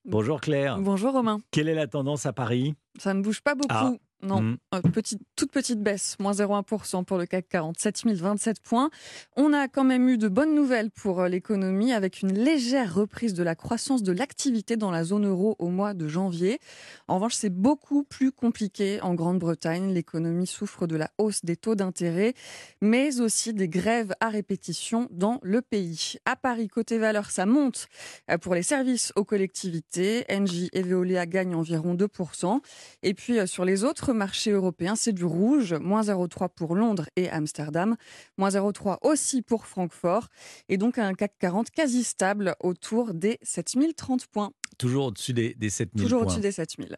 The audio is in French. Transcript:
Bonjour Claire. Bonjour Romain. Quelle est la tendance à Paris? Ça ne bouge pas Ah, beaucoup. Non, hmm, toute petite baisse, moins 0,1% pour le CAC 40, 7027 points. On a quand même eu de bonnes nouvelles pour l'économie avec une légère reprise de la croissance de l'activité dans la zone euro au mois de janvier. En revanche, c'est beaucoup plus compliqué en Grande-Bretagne. L'économie souffre de la hausse des taux d'intérêt, mais aussi des grèves à répétition dans le pays. À Paris, côté valeur, ça monte pour les services aux collectivités. Engie et Veolia gagnent environ 2%. Et puis sur les autres marchés européens, c'est du rouge, moins 0,3 pour Londres et Amsterdam, moins 0,3 aussi pour Francfort, et donc un CAC 40 quasi stable autour des 7030 points, toujours au-dessus des 7000 toujours au-dessus points. des 7000.